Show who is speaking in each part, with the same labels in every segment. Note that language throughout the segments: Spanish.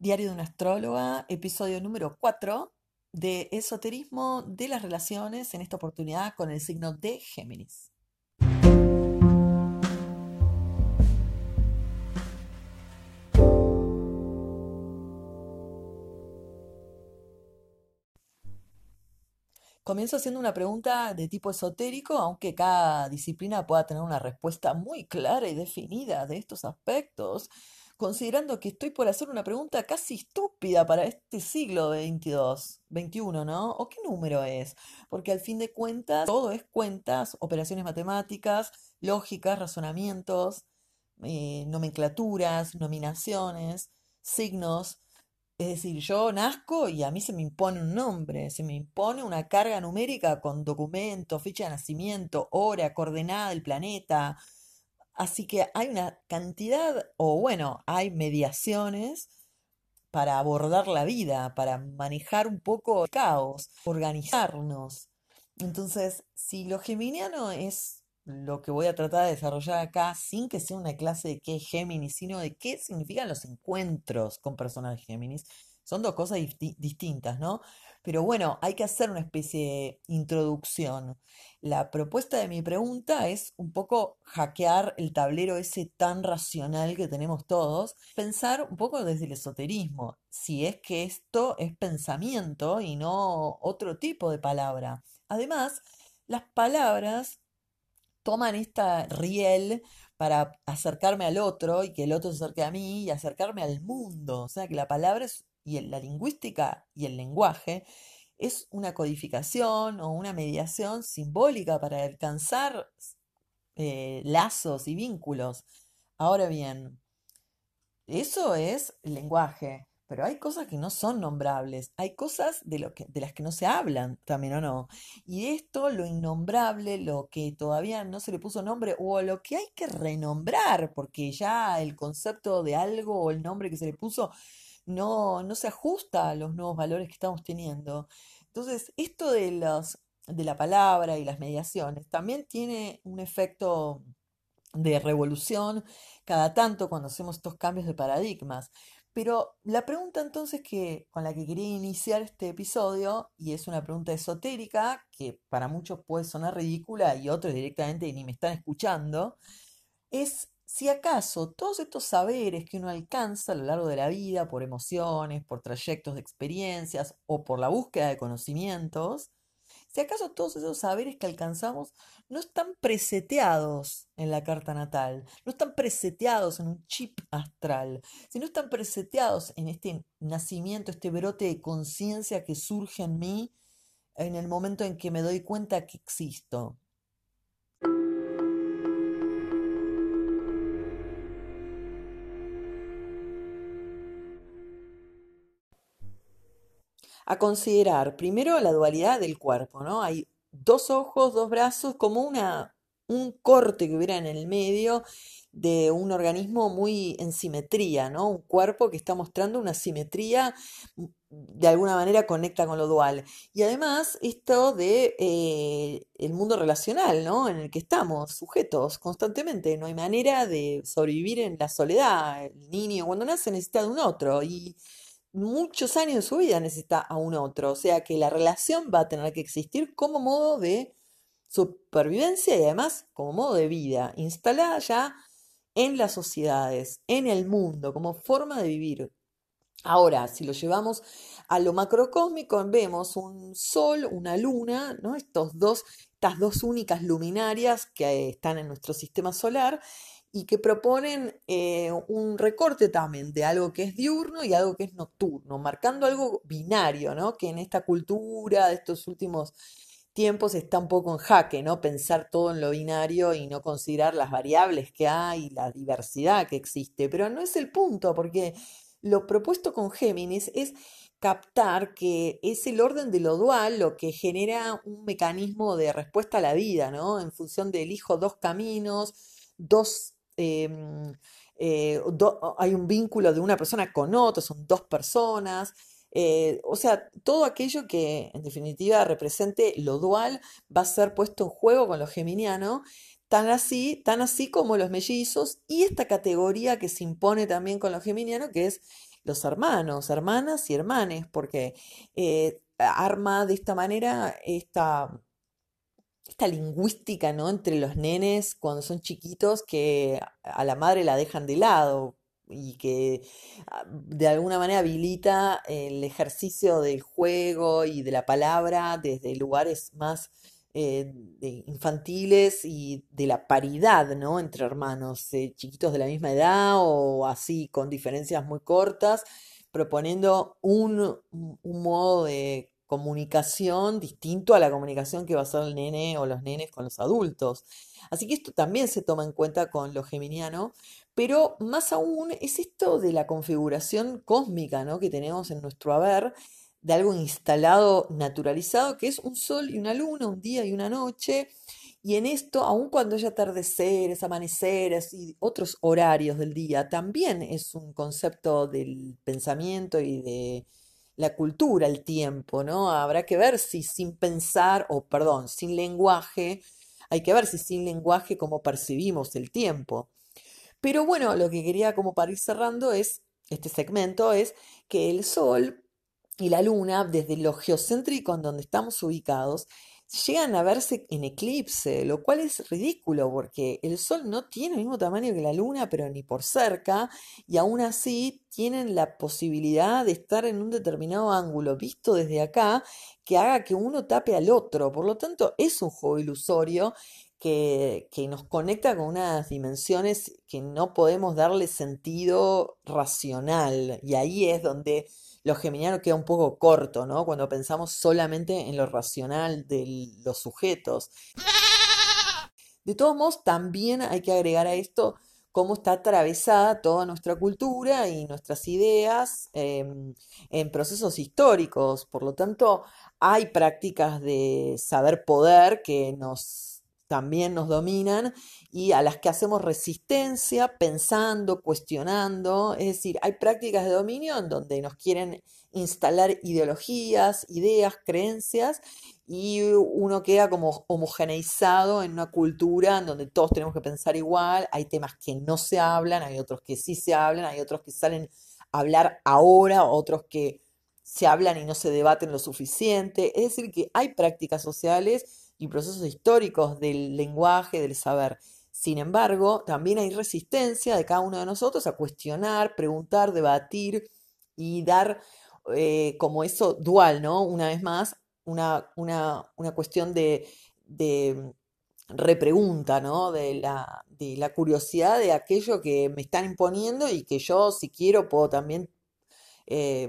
Speaker 1: Diario de una astróloga, episodio número 4 de esoterismo de las relaciones, en esta oportunidad con el signo de Géminis. Comienzo haciendo una pregunta de tipo esotérico, aunque cada disciplina pueda tener una respuesta muy clara y definida de estos aspectos, considerando que estoy por hacer una pregunta casi estúpida para este siglo XXII, XXI, ¿no? ¿O qué número es? Porque al fin de cuentas, todo es cuentas, operaciones matemáticas, lógicas, razonamientos, nomenclaturas, nominaciones, signos. Es decir, yo nazco y a mí se me impone un nombre, se me impone una carga numérica con documento, fecha de nacimiento, hora, coordenada del planeta. Así que hay una cantidad, o bueno, hay mediaciones para abordar la vida, para manejar un poco el caos, organizarnos. Entonces, si lo geminiano es lo que voy a tratar de desarrollar acá, sin que sea una clase de qué es Géminis, sino de qué significan los encuentros con personas de Géminis, son dos cosas distintas, ¿no? Pero bueno, hay que hacer una especie de introducción. La propuesta de mi pregunta es un poco hackear el tablero ese tan racional que tenemos todos, pensar un poco desde el esoterismo, si es que esto es pensamiento y no otro tipo de palabra. Además, las palabras toman esta riel para acercarme al otro y que el otro se acerque a mí y acercarme al mundo. O sea que la palabra la lingüística y el lenguaje es una codificación o una mediación simbólica para alcanzar lazos y vínculos. Ahora bien, eso es el lenguaje, pero hay cosas que no son nombrables, hay cosas de las que no se hablan también o no. Y esto, lo innombrable, lo que todavía no se le puso nombre o lo que hay que renombrar, porque ya el concepto de algo o el nombre que se le puso no se ajusta a los nuevos valores que estamos teniendo. Entonces, esto de la palabra y las mediaciones también tiene un efecto de revolución cada tanto cuando hacemos estos cambios de paradigmas. Pero la pregunta entonces con la que quería iniciar este episodio, y es una pregunta esotérica, que para muchos puede sonar ridícula y otros directamente ni me están escuchando, es si acaso todos estos saberes que uno alcanza a lo largo de la vida por emociones, por trayectos de experiencias o por la búsqueda de conocimientos, si acaso todos esos saberes que alcanzamos no están preseteados en la carta natal, no están preseteados en un chip astral, sino están preseteados en este nacimiento, este brote de conciencia que surge en mí en el momento en que me doy cuenta que existo. A considerar primero la dualidad del cuerpo, ¿no? Hay dos ojos, dos brazos, como un corte que hubiera en el medio de un organismo muy en simetría, ¿no? Un cuerpo que está mostrando una simetría, de alguna manera conecta con lo dual. Y además esto de el mundo relacional, ¿no? En el que estamos sujetos constantemente. No hay manera de sobrevivir en la soledad. El niño cuando nace necesita de un otro y muchos años de su vida necesita a un otro. O sea que la relación va a tener que existir como modo de supervivencia y además como modo de vida, instalada ya en las sociedades, en el mundo, como forma de vivir. Ahora, si lo llevamos a lo macrocósmico, vemos un sol, una luna, ¿no? Estas dos únicas luminarias que están en nuestro sistema solar y que proponen un recorte también de algo que es diurno y algo que es nocturno, marcando algo binario, ¿no? Que en esta cultura de estos últimos tiempos está un poco en jaque, ¿no? Pensar todo en lo binario y no considerar las variables que hay, la diversidad que existe. Pero no es el punto, porque lo propuesto con Géminis es captar que es el orden de lo dual lo que genera un mecanismo de respuesta a la vida, ¿no? En función de elijo dos caminos, dos... hay un vínculo de una persona con otra, son dos personas, o sea, todo aquello que en definitiva represente lo dual va a ser puesto en juego con lo geminiano, tan así como los mellizos y esta categoría que se impone también con los geminianos, que es los hermanos, hermanas y hermanes, porque arma de esta manera esta lingüística, ¿no? Entre los nenes cuando son chiquitos que a la madre la dejan de lado y que de alguna manera habilita el ejercicio del juego y de la palabra desde lugares más infantiles y de la paridad, ¿no? Entre hermanos, chiquitos de la misma edad o así con diferencias muy cortas, proponiendo un modo de comunicación distinto a la comunicación que va a hacer el nene o los nenes con los adultos. Así que esto también se toma en cuenta con lo geminiano, pero más aún es esto de la configuración cósmica, ¿no? Que tenemos en nuestro haber, de algo instalado, naturalizado, que es un sol y una luna, un día y una noche. Y en esto, aun cuando haya atardeceres, amaneceres y otros horarios del día, también es un concepto del pensamiento y de la cultura, el tiempo, ¿no? Habrá que ver si sin pensar, o perdón, sin lenguaje, hay que ver si sin lenguaje cómo percibimos el tiempo. Pero bueno, lo que quería como para ir cerrando es, este segmento es que el Sol y la Luna, desde lo geocéntrico en donde estamos ubicados, llegan a verse en eclipse, lo cual es ridículo porque el Sol no tiene el mismo tamaño que la Luna, pero ni por cerca, y aún así tienen la posibilidad de estar en un determinado ángulo visto desde acá que haga que uno tape al otro. Por lo tanto, es un juego ilusorio que nos conecta con unas dimensiones que no podemos darle sentido racional. Y ahí es donde lo geminiano queda un poco corto, ¿no? Cuando pensamos solamente en lo racional de los sujetos. De todos modos, también hay que agregar a esto cómo está atravesada toda nuestra cultura y nuestras ideas en procesos históricos. Por lo tanto, hay prácticas de saber poder que también nos dominan y a las que hacemos resistencia pensando, cuestionando. Es decir, hay prácticas de dominio en donde nos quieren instalar ideologías, ideas, creencias y uno queda como homogeneizado en una cultura en donde todos tenemos que pensar igual, hay temas que no se hablan, hay otros que sí se hablan, hay otros que salen a hablar ahora, otros que se hablan y no se debaten lo suficiente. Es decir, que hay prácticas sociales y procesos históricos del lenguaje, del saber. Sin embargo, también hay resistencia de cada uno de nosotros a cuestionar, preguntar, debatir y dar como eso dual, ¿no? Una vez más, una cuestión de repregunta, ¿no? De la curiosidad de aquello que me están imponiendo y que yo, si quiero, puedo también eh,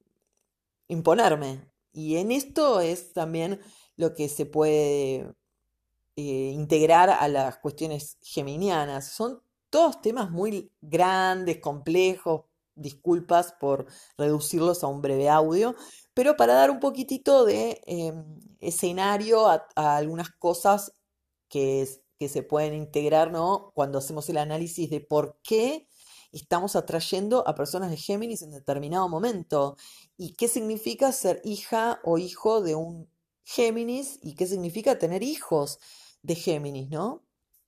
Speaker 1: imponerme. Y en esto es también lo que se puede integrar a las cuestiones geminianas. Son todos temas muy grandes, complejos, disculpas por reducirlos a un breve audio, pero para dar un poquitito de escenario a algunas cosas que se pueden integrar, ¿no? Cuando hacemos el análisis de por qué estamos atrayendo a personas de Géminis en determinado momento y qué significa ser hija o hijo de un Géminis y qué significa tener hijos de Géminis, ¿no?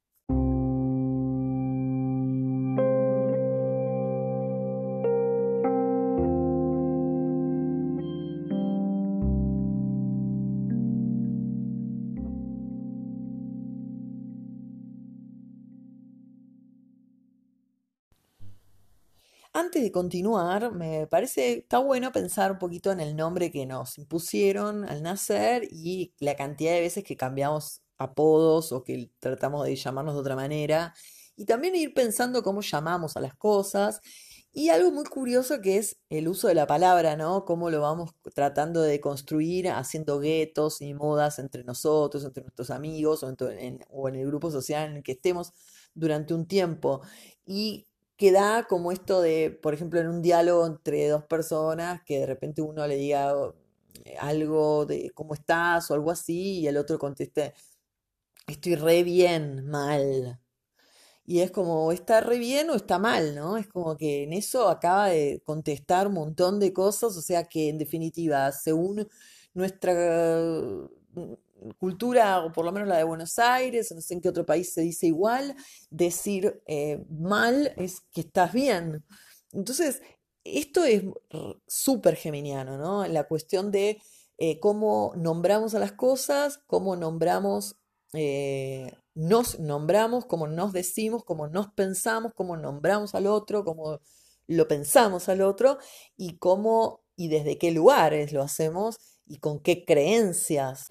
Speaker 1: Antes de continuar, me parece, está bueno pensar un poquito en el nombre que nos impusieron al nacer y la cantidad de veces que cambiamos apodos o que tratamos de llamarnos de otra manera. Y también ir pensando cómo llamamos a las cosas. Y algo muy curioso que es el uso de la palabra, ¿no? Cómo lo vamos tratando de construir haciendo guetos y modas entre nosotros, entre nuestros amigos o en el grupo social en el que estemos durante un tiempo. Y que da como esto de, por ejemplo, en un diálogo entre dos personas, que de repente uno le diga algo de cómo estás o algo así, y el otro conteste, estoy re bien, mal. Y es como, ¿está re bien o está mal, no? Es como que en eso acaba de contestar un montón de cosas, o sea que en definitiva, según nuestra, cultura, o por lo menos la de Buenos Aires, no sé en qué otro país se dice igual, decir mal es que estás bien. Entonces, esto es súper geminiano, ¿no? La cuestión de cómo nombramos a las cosas, cómo nombramos, nos nombramos, cómo nos decimos, cómo nos pensamos, cómo nombramos al otro, cómo lo pensamos al otro y cómo y desde qué lugares lo hacemos y con qué creencias.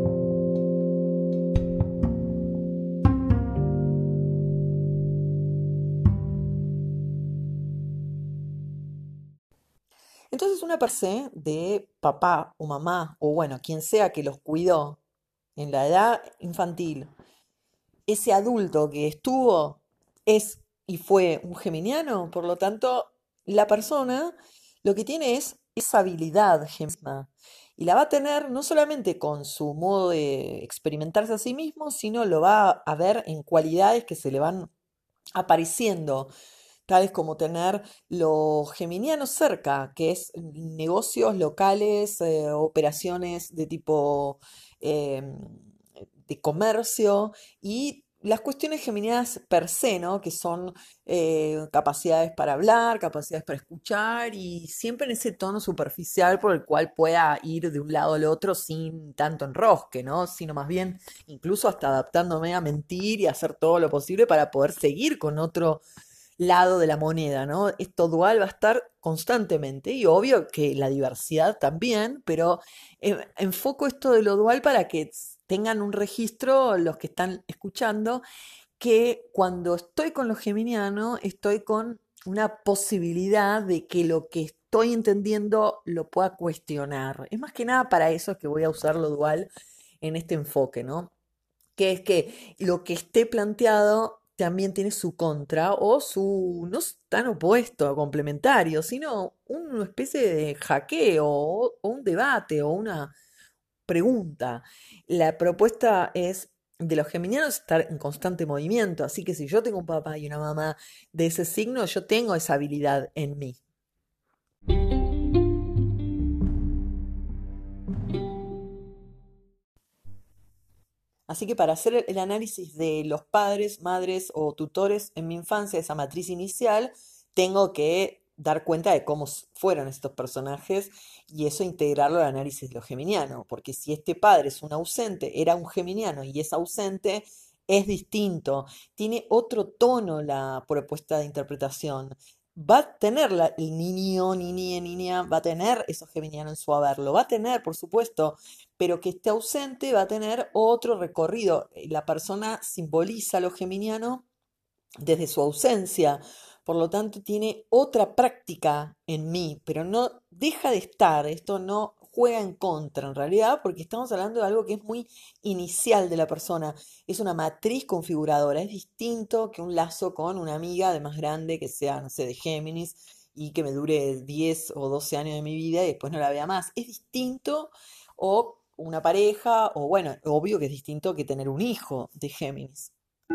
Speaker 1: Entonces una parte de papá o mamá o bueno, quien sea que los cuidó en la edad infantil, ese adulto que estuvo es y fue un geminiano, por lo tanto, la persona lo que tiene es esa habilidad geminiana y la va a tener no solamente con su modo de experimentarse a sí mismo, sino lo va a ver en cualidades que se le van apareciendo, tales como tener los geminianos cerca, que es negocios locales, operaciones de tipo de comercio y las cuestiones geminianas per se, ¿no? Que son capacidades para hablar, capacidades para escuchar y siempre en ese tono superficial por el cual pueda ir de un lado al otro sin tanto enrosque, ¿no? Sino más bien incluso hasta adaptándome a mentir y hacer todo lo posible para poder seguir con otro lado de la moneda, ¿no? Esto dual va a estar constantemente y obvio que la diversidad también, pero enfoco esto de lo dual para que tengan un registro los que están escuchando, que cuando estoy con lo geminiano estoy con una posibilidad de que lo que estoy entendiendo lo pueda cuestionar. Es más que nada para eso que voy a usar lo dual en este enfoque, ¿no? Que es que lo que esté planteado también tiene su contra o su, no es tan opuesto, complementario, sino una especie de hackeo o un debate o una pregunta. La propuesta es de los geminianos estar en constante movimiento, así que si yo tengo un papá y una mamá de ese signo, yo tengo esa habilidad en mí. Así que para hacer el análisis de los padres, madres o tutores en mi infancia, esa matriz inicial, tengo que dar cuenta de cómo fueron estos personajes y eso integrarlo al análisis de lo geminiano, porque si este padre es un ausente, era un geminiano y es ausente, es distinto, tiene otro tono la propuesta de interpretación. Va a tener el niño, niña, va a tener esos geminianos en su haber, lo va a tener, por supuesto, pero que esté ausente va a tener otro recorrido. La persona simboliza lo geminiano desde su ausencia, por lo tanto tiene otra práctica en mí, pero no deja de estar, esto no juega en contra en realidad, porque estamos hablando de algo que es muy inicial de la persona, es una matriz configuradora, es distinto que un lazo con una amiga de más grande que sea, no sé, de Géminis y que me dure 10 o 12 años de mi vida y después no la vea más, es distinto o una pareja, o bueno, obvio que es distinto que tener un hijo de Géminis.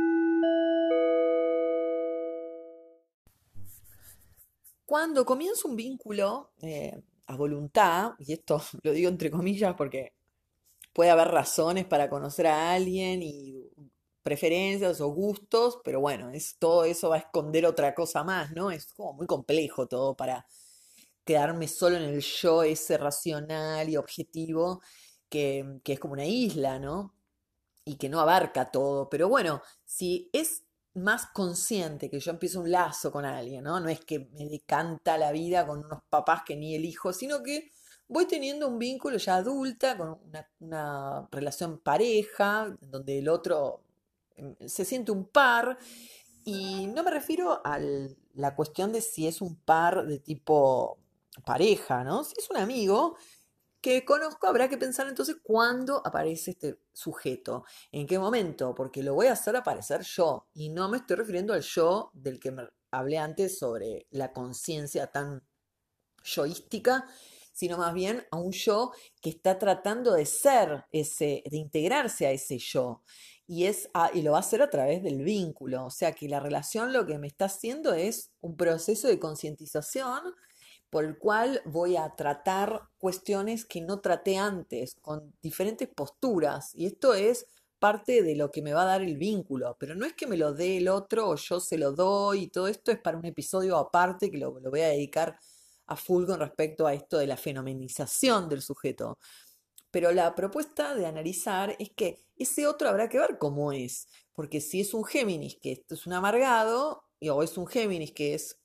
Speaker 1: Cuando comienza un vínculo a voluntad, y esto lo digo entre comillas porque puede haber razones para conocer a alguien y preferencias o gustos, pero bueno, todo eso va a esconder otra cosa más, ¿no? Es como muy complejo todo para quedarme solo en el yo ese racional y objetivo que es como una isla, ¿no? Y que no abarca todo, pero bueno, si es más consciente que yo empiezo un lazo con alguien, ¿no? No es que me decanta la vida con unos papás que ni elijo, sino que voy teniendo un vínculo ya adulta, con una relación pareja, donde el otro se siente un par, y no me refiero a la cuestión de si es un par de tipo pareja, ¿no? Si es un amigo, que conozco, habrá que pensar entonces cuándo aparece este sujeto, en qué momento, porque lo voy a hacer aparecer yo, y no me estoy refiriendo al yo del que me hablé antes sobre la conciencia tan yoística, sino más bien a un yo que está tratando de ser ese, de integrarse a ese yo. Y lo va a hacer a través del vínculo. O sea que la relación lo que me está haciendo es un proceso de concientización por el cual voy a tratar cuestiones que no traté antes, con diferentes posturas. Y esto es parte de lo que me va a dar el vínculo, pero no es que me lo dé el otro o yo se lo doy, y todo esto es para un episodio aparte que lo voy a dedicar a full con respecto a esto de la fenomenización del sujeto. Pero la propuesta de analizar es que ese otro habrá que ver cómo es, porque si es un Géminis que esto es un amargado, o es un Géminis que es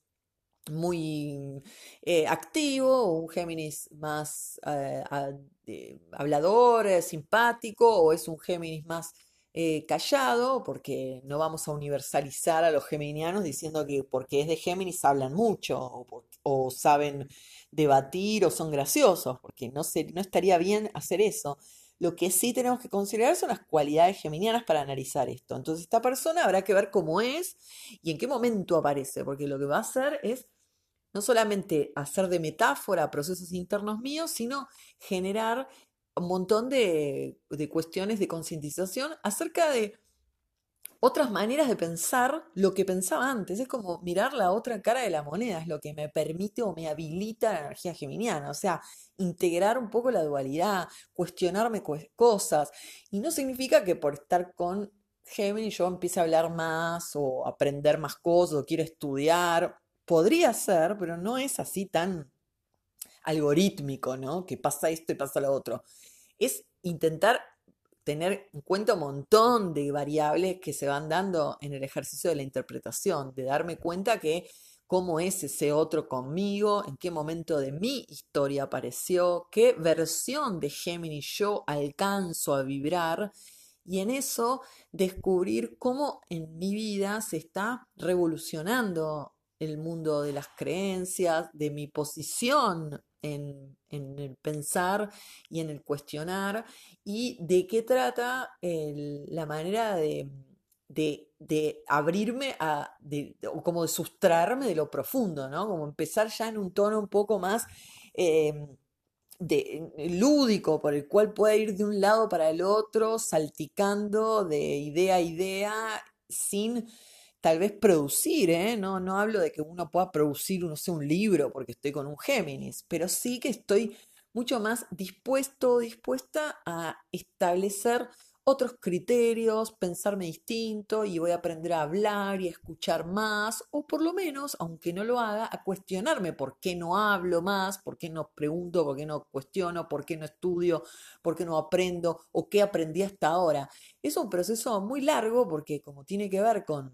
Speaker 1: muy activo, o un Géminis más hablador, simpático, o es un Géminis más callado, porque no vamos a universalizar a los geminianos diciendo que porque es de Géminis hablan mucho, o saben debatir, o son graciosos, porque no estaría bien hacer eso. Lo que sí tenemos que considerar son las cualidades geminianas para analizar esto. Entonces, esta persona habrá que ver cómo es y en qué momento aparece, porque lo que va a hacer es no solamente hacer de metáfora procesos internos míos, sino generar un montón de cuestiones de concientización acerca de otras maneras de pensar lo que pensaba antes. Es como mirar la otra cara de la moneda, es lo que me permite o me habilita la energía geminiana. O sea, integrar un poco la dualidad, cuestionarme cosas. Y no significa que por estar con Géminis yo empiece a hablar más o aprender más cosas o quiero estudiar. Podría ser, pero no es así tan algorítmico, ¿no? Que pasa esto y pasa lo otro. Es intentar tener en cuenta un montón de variables que se van dando en el ejercicio de la interpretación, de darme cuenta que cómo es ese otro conmigo, en qué momento de mi historia apareció, qué versión de Géminis yo alcanzo a vibrar y en eso descubrir cómo en mi vida se está revolucionando el mundo de las creencias, de mi posición en el pensar y en el cuestionar, y de qué trata la manera de abrirme o como de sustraerme de lo profundo, ¿no? Como empezar ya en un tono un poco más eh, lúdico, por el cual pueda ir de un lado para el otro, salticando de idea a idea, sin tal vez producir, ¿eh? No hablo de que uno pueda producir, no sé, un libro porque estoy con un Géminis, pero sí que estoy mucho más dispuesto o dispuesta a establecer otros criterios, pensarme distinto y voy a aprender a hablar y a escuchar más, o por lo menos, aunque no lo haga, a cuestionarme por qué no hablo más, por qué no pregunto, por qué no cuestiono, por qué no estudio, por qué no aprendo o qué aprendí hasta ahora. Es un proceso muy largo porque como tiene que ver con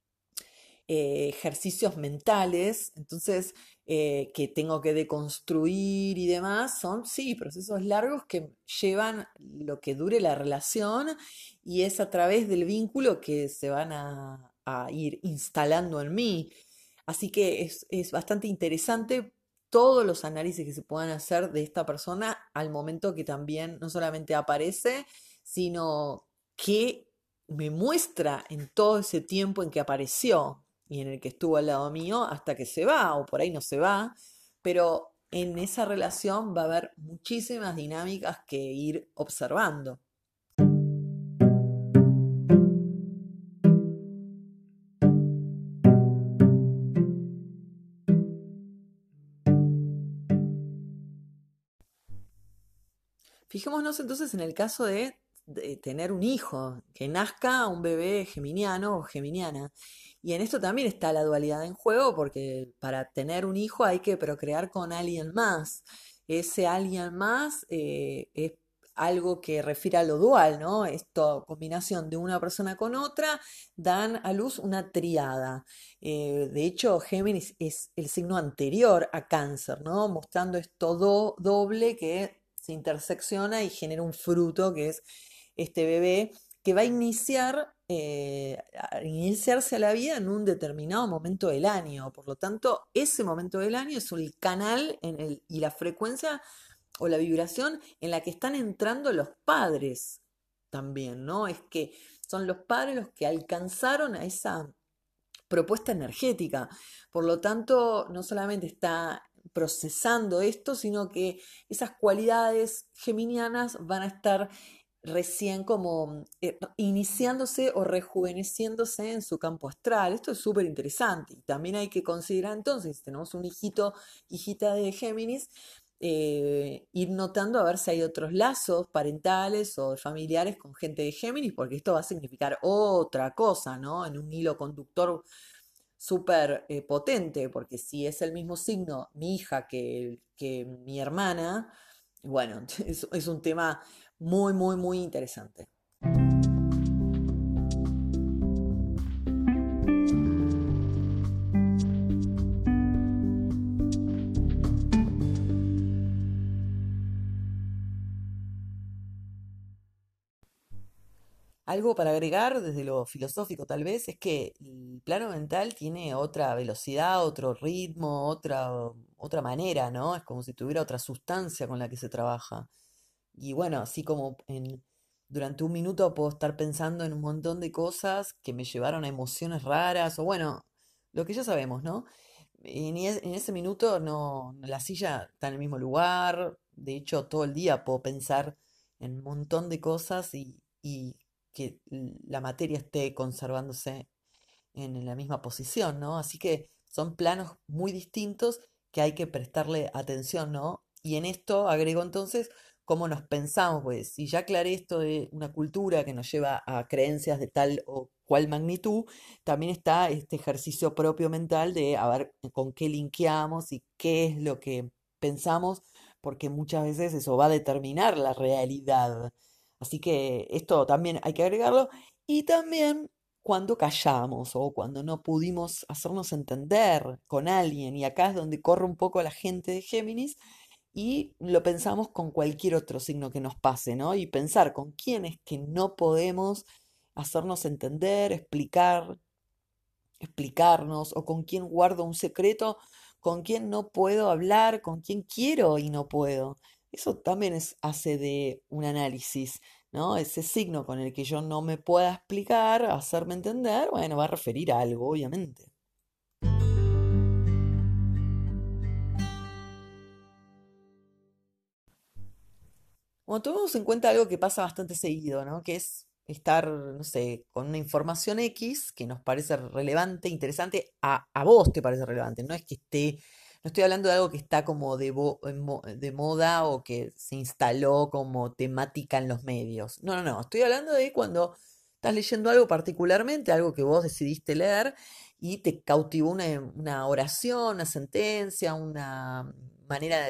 Speaker 1: ejercicios mentales, entonces que tengo que deconstruir y demás, son sí procesos largos que llevan lo que dure la relación y es a través del vínculo que se van a ir instalando en mí. Así que es bastante interesante todos los análisis que se puedan hacer de esta persona al momento que también no solamente aparece, sino que me muestra en todo ese tiempo en que apareció y en el que estuvo al lado mío hasta que se va o por ahí no se va, pero en esa relación va a haber muchísimas dinámicas que ir observando. Fijémonos entonces en el caso de tener un hijo, que nazca un bebé geminiano o geminiana. Y en esto también está la dualidad en juego, porque para tener un hijo hay que procrear con alguien más. Ese alguien más es algo que refiere a lo dual, ¿no? Esto, combinación de una persona con otra, dan a luz una triada. De hecho, Géminis es el signo anterior a Cáncer, ¿no? Mostrando esto doble que se intersecciona y genera un fruto que es este bebé que va a iniciarse a la vida en un determinado momento del año. Por lo tanto, ese momento del año es el canal y la frecuencia o la vibración en la que están entrando los padres también, ¿no? Es que son los padres los que alcanzaron a esa propuesta energética. Por lo tanto, no solamente está procesando esto, sino que esas cualidades geminianas van a estar recién como iniciándose o rejuveneciéndose en su campo astral. Esto es súper interesante. Y también hay que considerar entonces, si tenemos un hijito, hijita de Géminis, ir notando a ver si hay otros lazos parentales o familiares con gente de Géminis, porque esto va a significar otra cosa, ¿no? En un hilo conductor súper potente, porque si es el mismo signo mi hija que mi hermana, bueno, es un tema muy, muy, muy interesante. Algo para agregar desde lo filosófico tal vez es que el plano mental tiene otra velocidad, otro ritmo, otra manera, ¿no? Es como si tuviera otra sustancia con la que se trabaja. Y bueno, así como durante un minuto puedo estar pensando en un montón de cosas que me llevaron a emociones raras, o bueno, lo que ya sabemos, ¿no? En ese minuto la silla está en el mismo lugar, de hecho todo el día puedo pensar en un montón de cosas y que la materia esté conservándose en la misma posición, ¿no? Así que son planos muy distintos que hay que prestarle atención, ¿no? Y en esto agrego entonces cómo nos pensamos, pues si ya aclaré esto de una cultura que nos lleva a creencias de tal o cual magnitud, también está este ejercicio propio mental de a ver con qué linkeamos y qué es lo que pensamos, porque muchas veces eso va a determinar la realidad. Así que esto también hay que agregarlo. Y también cuando callamos o cuando no pudimos hacernos entender con alguien, y acá es donde corre un poco la gente de Géminis, y lo pensamos con cualquier otro signo que nos pase, ¿no? Y pensar con quién es que no podemos hacernos entender, explicarnos, o con quién guardo un secreto, con quién no puedo hablar, con quién quiero y no puedo. Eso también hace de un análisis, ¿no? Ese signo con el que yo no me pueda explicar, hacerme entender, bueno, va a referir a algo, obviamente. Bueno, tomemos en cuenta algo que pasa bastante seguido, ¿no? Que es estar, no sé, con una información X que nos parece relevante, interesante, a vos te parece relevante, no es que esté, no estoy hablando de algo que está como de moda o que se instaló como temática en los medios. No, no, no, estoy hablando de cuando estás leyendo algo particularmente, algo que vos decidiste leer y te cautivó una oración, una sentencia, una manera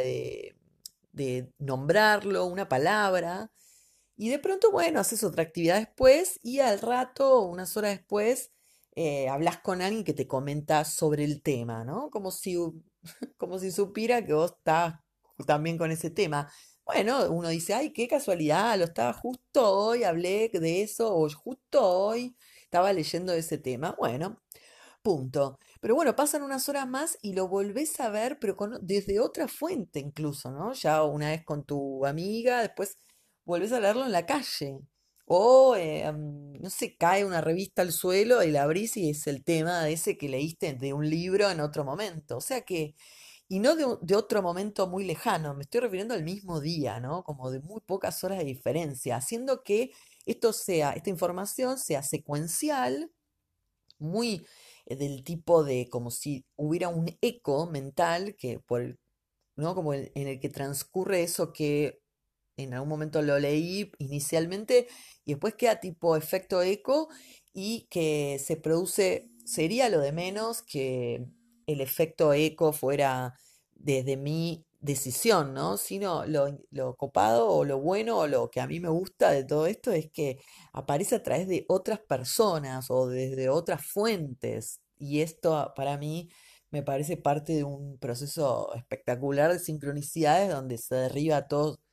Speaker 1: de nombrarlo, una palabra, y de pronto, bueno, haces otra actividad después y al rato, unas horas después, hablas con alguien que te comenta sobre el tema, ¿no? Como si supiera que vos estás también con ese tema. Bueno, uno dice, ay, qué casualidad, lo estaba justo hoy, hablé de eso, o justo hoy estaba leyendo de ese tema. Bueno, punto. Pero bueno, pasan unas horas más y lo volvés a ver, pero desde otra fuente incluso, ¿no? Ya una vez con tu amiga, después volvés a leerlo en la calle. O, no sé, cae una revista al suelo y la abrís y es el tema de ese que leíste de un libro en otro momento. O sea que, y no de otro momento muy lejano, me estoy refiriendo al mismo día, ¿no? Como de muy pocas horas de diferencia, haciendo que esta información sea secuencial, muy del tipo de como si hubiera un eco mental que ¿no? Como en el que transcurre eso que en algún momento lo leí inicialmente y después queda tipo efecto eco y que se produce, sería lo de menos que el efecto eco fuera desde mi decisión, ¿no? Sino lo copado o lo bueno o lo que a mí me gusta de todo esto es que aparece a través de otras personas o desde otras fuentes. Y esto para mí me parece parte de un proceso espectacular de sincronicidades donde se derriba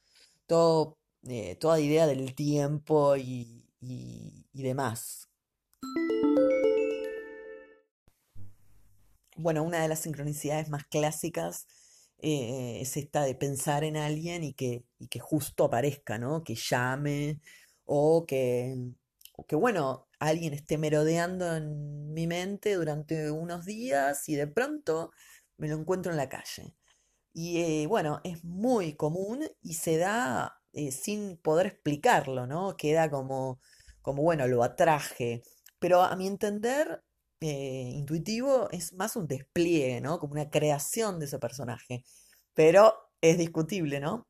Speaker 1: toda idea del tiempo y demás. Bueno, una de las sincronicidades más clásicas es esta de pensar en alguien y que justo aparezca, ¿no? Que llame o que, bueno, alguien esté merodeando en mi mente durante unos días y de pronto me lo encuentro en la calle. Y bueno, es muy común y se da sin poder explicarlo, ¿no? Queda como bueno, lo atraje. Pero a mi entender, intuitivo, es más un despliegue, ¿no? Como una creación de ese personaje. Pero es discutible, ¿no?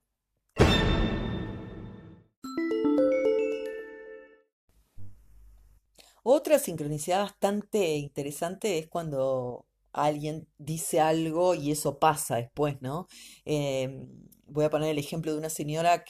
Speaker 1: Otra sincronicidad bastante interesante es cuando alguien dice algo y eso pasa después, ¿no? Voy a poner el ejemplo de una señora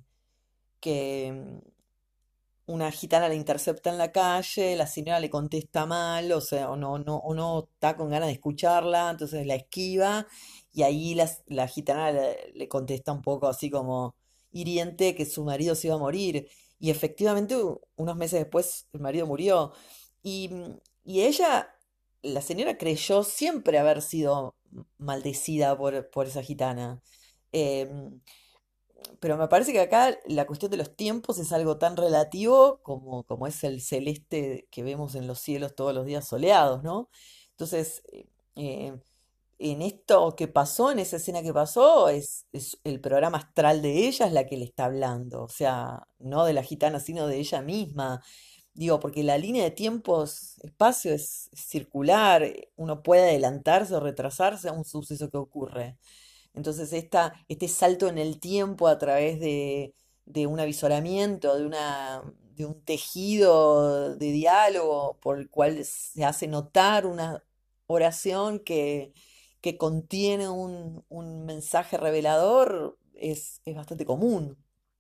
Speaker 1: que una gitana la intercepta en la calle, la señora le contesta mal, o sea, o no está con ganas de escucharla, entonces la esquiva, y ahí la gitana le contesta un poco así como hiriente que su marido se iba a morir. Y efectivamente, unos meses después, el marido murió. Y ella, la señora creyó siempre haber sido maldecida por esa gitana. Em, pero me parece que acá la cuestión de los tiempos es algo tan relativo como es el celeste que vemos en los cielos todos los días soleados, ¿no? Entonces, eh, en esto que pasó, en esa escena que pasó, es el programa astral de ella es la que le está hablando, o sea, no de la gitana, sino de ella misma. Digo, porque la línea de tiempos, espacio es circular, uno puede adelantarse o retrasarse a un suceso que ocurre. Entonces, este salto en el tiempo a través de un avisoramiento, de un tejido de diálogo por el cual se hace notar una oración que contiene un mensaje revelador, es bastante común.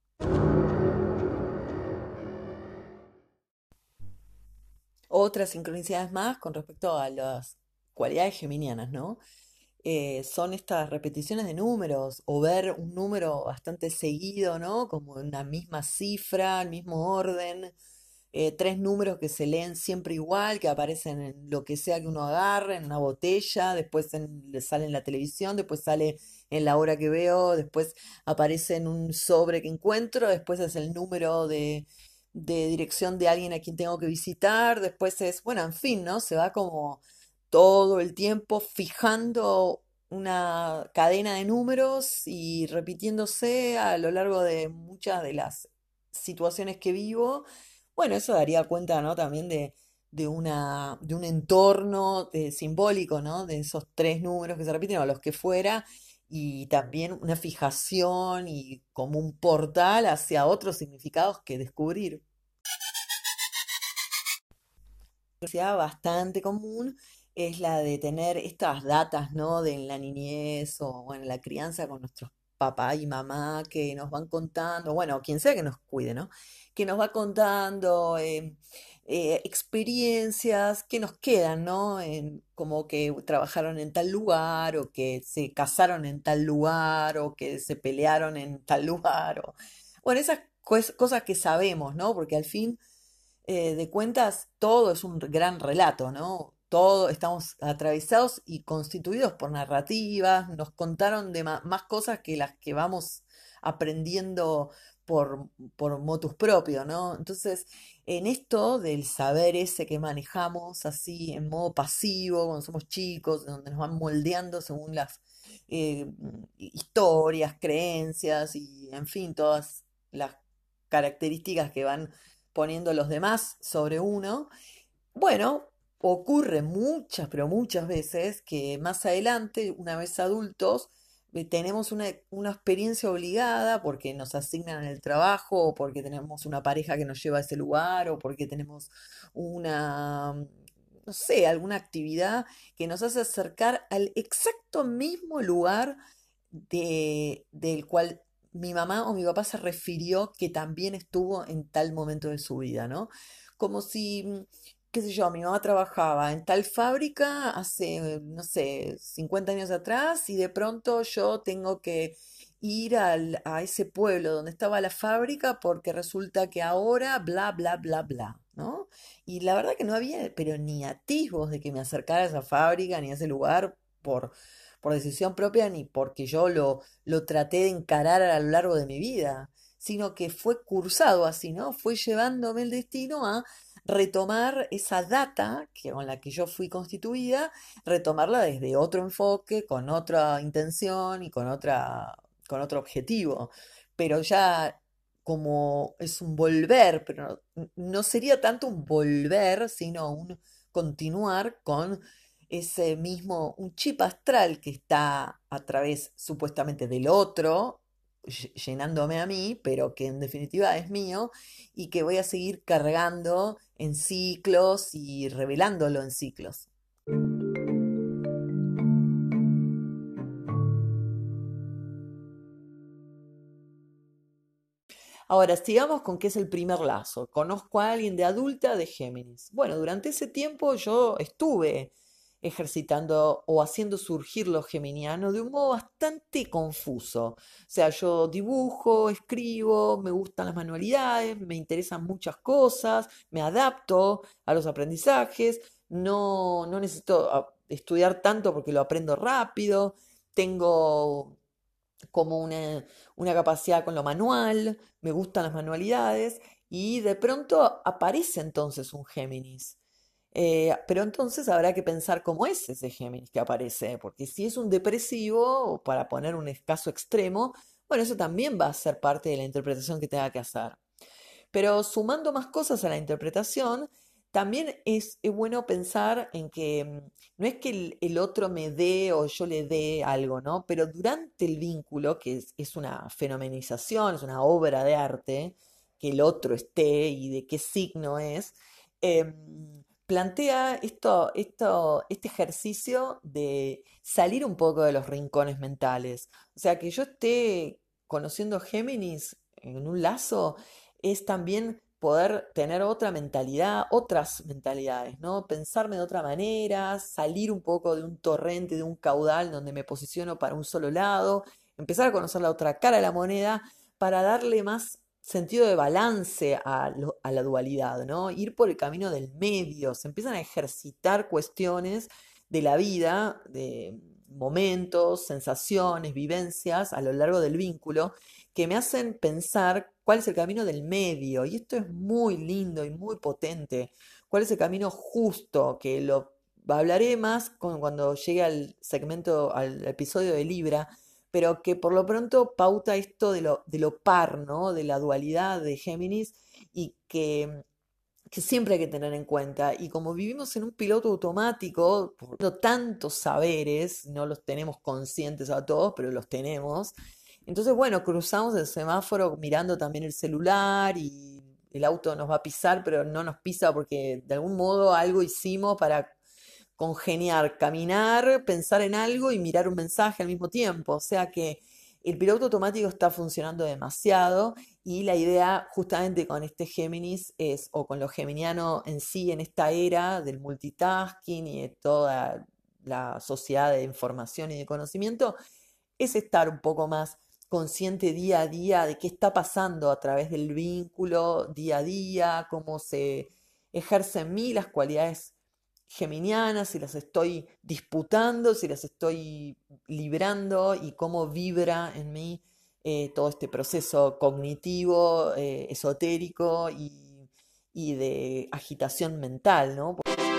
Speaker 1: Otras sincronicidades más con respecto a las cualidades geminianas, ¿no? Son estas repeticiones de números o ver un número bastante seguido, ¿no? Como una misma cifra, el mismo orden, tres números que se leen siempre igual, que aparecen en lo que sea que uno agarre, en una botella, después sale en la televisión, después sale en la hora que veo, después aparece en un sobre que encuentro, después es el número de dirección de alguien a quien tengo que visitar, después es, bueno, en fin, ¿no? Se va como todo el tiempo fijando una cadena de números y repitiéndose a lo largo de muchas de las situaciones que vivo. Bueno, eso daría cuenta, ¿no? También de un entorno simbólico, ¿no? De esos tres números que se repiten o los que fuera, y también una fijación y como un portal hacia otros significados que descubrir. Curiosidad bastante común es la de tener estas datas, ¿no? De en la niñez o bueno, la crianza con nuestros papá y mamá que nos van contando, bueno, quien sea que nos cuide, ¿no? Que nos va contando experiencias que nos quedan, ¿no? Como que trabajaron en tal lugar o que se casaron en tal lugar o que se pelearon en tal lugar o bueno, esas cosas que sabemos, ¿no? Porque al fin de cuentas, todo es un gran relato, ¿no? Todo estamos atravesados y constituidos por narrativas, nos contaron de más cosas que las que vamos aprendiendo por, por motus propio, ¿no? Entonces, en esto del saber ese que manejamos así en modo pasivo, cuando somos chicos, donde nos van moldeando según las historias, creencias y, en fin, todas las características que van poniendo los demás sobre uno. Bueno, ocurre muchas, pero muchas veces que más adelante, una vez adultos, tenemos una experiencia obligada porque nos asignan el trabajo o porque tenemos una pareja que nos lleva a ese lugar o porque tenemos una, no sé, alguna actividad que nos hace acercar al exacto mismo lugar del cual mi mamá o mi papá se refirió que también estuvo en tal momento de su vida, ¿no? Como si, qué sé yo, mi mamá trabajaba en tal fábrica hace, no sé, 50 años atrás y de pronto yo tengo que ir a ese pueblo donde estaba la fábrica porque resulta que ahora bla, bla, bla, bla, ¿no? Y la verdad que no había, pero ni atisbos de que me acercara a esa fábrica ni a ese lugar por decisión propia ni porque yo lo traté de encarar a lo largo de mi vida, sino que fue cursado así, ¿no? Fue llevándome el destino a retomar esa data con la que yo fui constituida, retomarla desde otro enfoque, con otra intención y con otro objetivo. pero ya como es un volver, pero no sería tanto un volver, sino un continuar con ese mismo, un chip astral que está a través supuestamente del otro, llenándome a mí, pero que en definitiva es mío y que voy a seguir cargando en ciclos y revelándolo en ciclos. Ahora, sigamos con qué es el primer lazo. Conozco a alguien de adulta de Géminis. Bueno, durante ese tiempo yo estuve ejercitando o haciendo surgir lo geminiano de un modo bastante confuso. O sea, yo dibujo, escribo, me gustan las manualidades, me interesan muchas cosas, me adapto a los aprendizajes, no necesito estudiar tanto porque lo aprendo rápido, tengo como una capacidad con lo manual, me gustan las manualidades y de pronto aparece entonces un Géminis. Pero entonces habrá que pensar cómo es ese Géminis que aparece, porque si es un depresivo, o para poner un caso extremo, bueno, eso también va a ser parte de la interpretación que tenga que hacer. Pero sumando más cosas a la interpretación, también es bueno pensar en que no es que el otro me dé o yo le dé algo, ¿no? Pero durante el vínculo, que es una fenomenización, es una obra de arte, que el otro esté y de qué signo es, plantea este ejercicio de salir un poco de los rincones mentales. O sea, que yo esté conociendo Géminis en un lazo es también poder tener otra mentalidad, otras mentalidades, ¿no? Pensarme de otra manera, salir un poco de un torrente, de un caudal donde me posiciono para un solo lado, empezar a conocer la otra cara de la moneda para darle más sentido de balance a la dualidad, ¿no? Ir por el camino del medio, se empiezan a ejercitar cuestiones de la vida, de momentos, sensaciones, vivencias a lo largo del vínculo que me hacen pensar cuál es el camino del medio. Y esto es muy lindo y muy potente. ¿Cuál es el camino justo? Que lo hablaré más cuando llegue al segmento, al episodio de Libra, pero que por lo pronto pauta esto de lo par, ¿no? De la dualidad de Géminis y que siempre hay que tener en cuenta. Y como vivimos en un piloto automático, por tantos saberes, no los tenemos conscientes a todos, pero los tenemos. Entonces, bueno, cruzamos el semáforo mirando también el celular y el auto nos va a pisar, pero no nos pisa porque de algún modo algo hicimos para congeniar, caminar, pensar en algo y mirar un mensaje al mismo tiempo. O sea que el piloto automático está funcionando demasiado y la idea justamente con este Géminis es, o con lo geminiano en sí, en esta era del multitasking y de toda la sociedad de información y de conocimiento, es estar un poco más consciente día a día de qué está pasando a través del vínculo, día a día, cómo se ejercen en mí las cualidades geminianas, si las estoy disputando, si las estoy librando y cómo vibra en mí todo este proceso cognitivo, esotérico y de agitación mental, ¿no?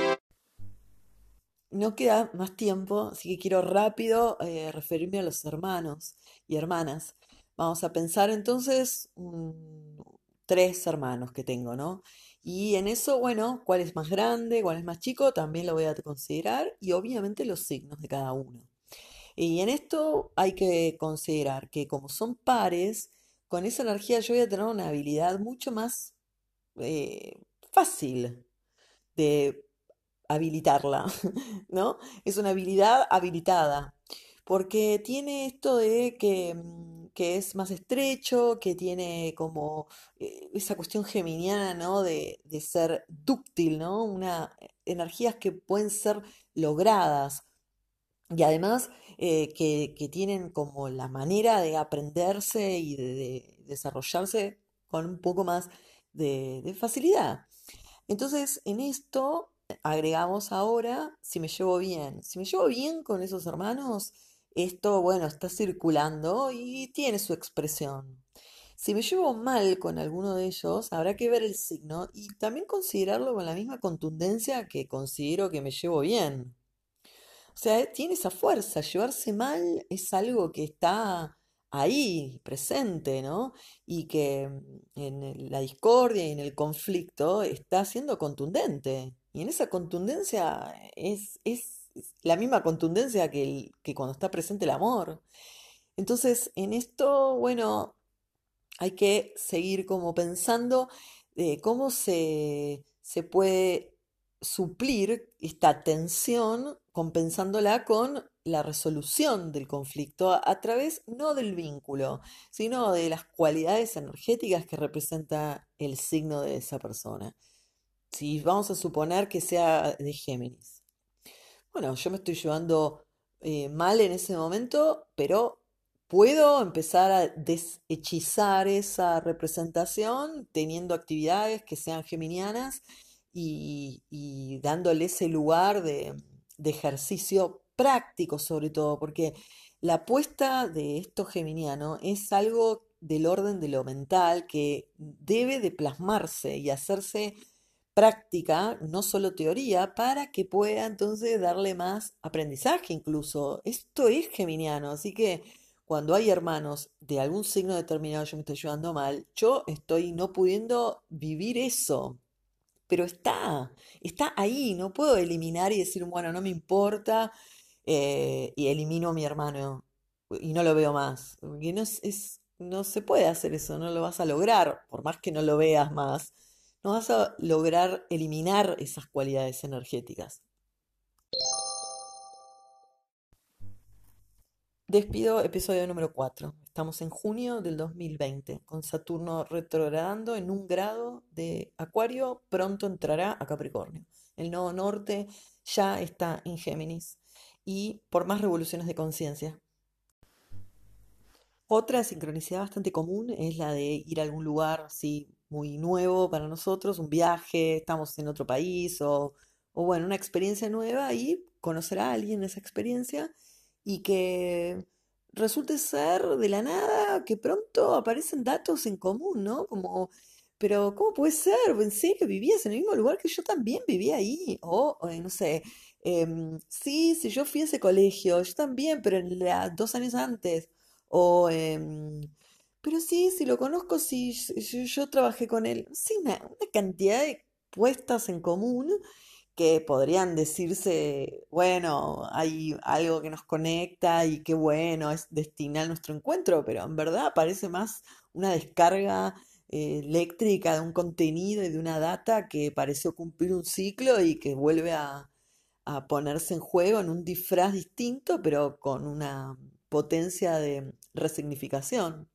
Speaker 1: No queda más tiempo, así que quiero rápido referirme a los hermanos y hermanas. Vamos a pensar entonces tres hermanos que tengo, ¿no? Y en eso, bueno, cuál es más grande, cuál es más chico, también lo voy a considerar y obviamente los signos de cada uno. Y en esto hay que considerar que como son pares, con esa energía yo voy a tener una habilidad mucho más eh, fácil de habilitarla, ¿no? Es una habilidad habilitada, porque tiene esto de que es más estrecho, que tiene como esa cuestión geminiana, ¿no? De ser dúctil, ¿no? Energías que pueden ser logradas y además que tienen como la manera de aprenderse y de desarrollarse con un poco más de facilidad. Entonces, en esto agregamos ahora si me llevo bien. Si me llevo bien con esos hermanos, esto, bueno, está circulando y tiene su expresión. Si me llevo mal con alguno de ellos, habrá que ver el signo y también considerarlo con la misma contundencia que considero que me llevo bien. O sea, tiene esa fuerza. Llevarse mal es algo que está ahí, presente, ¿no? Y que la discordia y en el conflicto está siendo contundente. Y en esa contundencia es la misma contundencia que cuando está presente el amor. Entonces, en esto, bueno, hay que seguir como pensando cómo se puede suplir esta tensión compensándola con la resolución del conflicto a través no del vínculo, sino de las cualidades energéticas que representa el signo de esa persona. Si vamos a suponer que sea de Géminis. Bueno, yo me estoy llevando mal en ese momento, pero puedo empezar a deshechizar esa representación teniendo actividades que sean geminianas y dándole ese lugar de ejercicio práctico sobre todo, porque la apuesta de esto geminiano es algo del orden de lo mental que debe de plasmarse y hacerse práctica, no solo teoría, para que pueda entonces darle más aprendizaje incluso. Esto es geminiano, así que cuando hay hermanos de algún signo determinado, yo me estoy llevando mal, yo estoy no pudiendo vivir eso. Pero está ahí, no puedo eliminar y decir, bueno, no me importa, y elimino a mi hermano y no lo veo más. Porque no se puede hacer eso, no lo vas a lograr, por más que no lo veas más, no vas a lograr eliminar esas cualidades energéticas. Despido episodio número 4. Estamos en junio del 2020, con Saturno retrogradando en un grado de Acuario, pronto entrará a Capricornio. El nodo norte ya está en Géminis y por más revoluciones de conciencia. Otra sincronicidad bastante común es la de ir a algún lugar así muy nuevo para nosotros, un viaje, estamos en otro país o bueno, una experiencia nueva y conocer a alguien en esa experiencia y que resulte ser de la nada que pronto aparecen datos en común, ¿no? Como, pero ¿cómo puede ser? Pensé que vivías en el mismo lugar que yo también vivía ahí. No sé, sí, si yo fui a ese colegio, yo también, pero 2 años antes. O, pero sí, si lo conozco, sí, yo trabajé con él. Sí, una cantidad de puestas en común que podrían decirse, bueno, hay algo que nos conecta y qué bueno, es destinar nuestro encuentro, pero en verdad parece más una descarga eléctrica de un contenido y de una data que pareció cumplir un ciclo y que vuelve a ponerse en juego en un disfraz distinto, pero con una potencia de resignificación.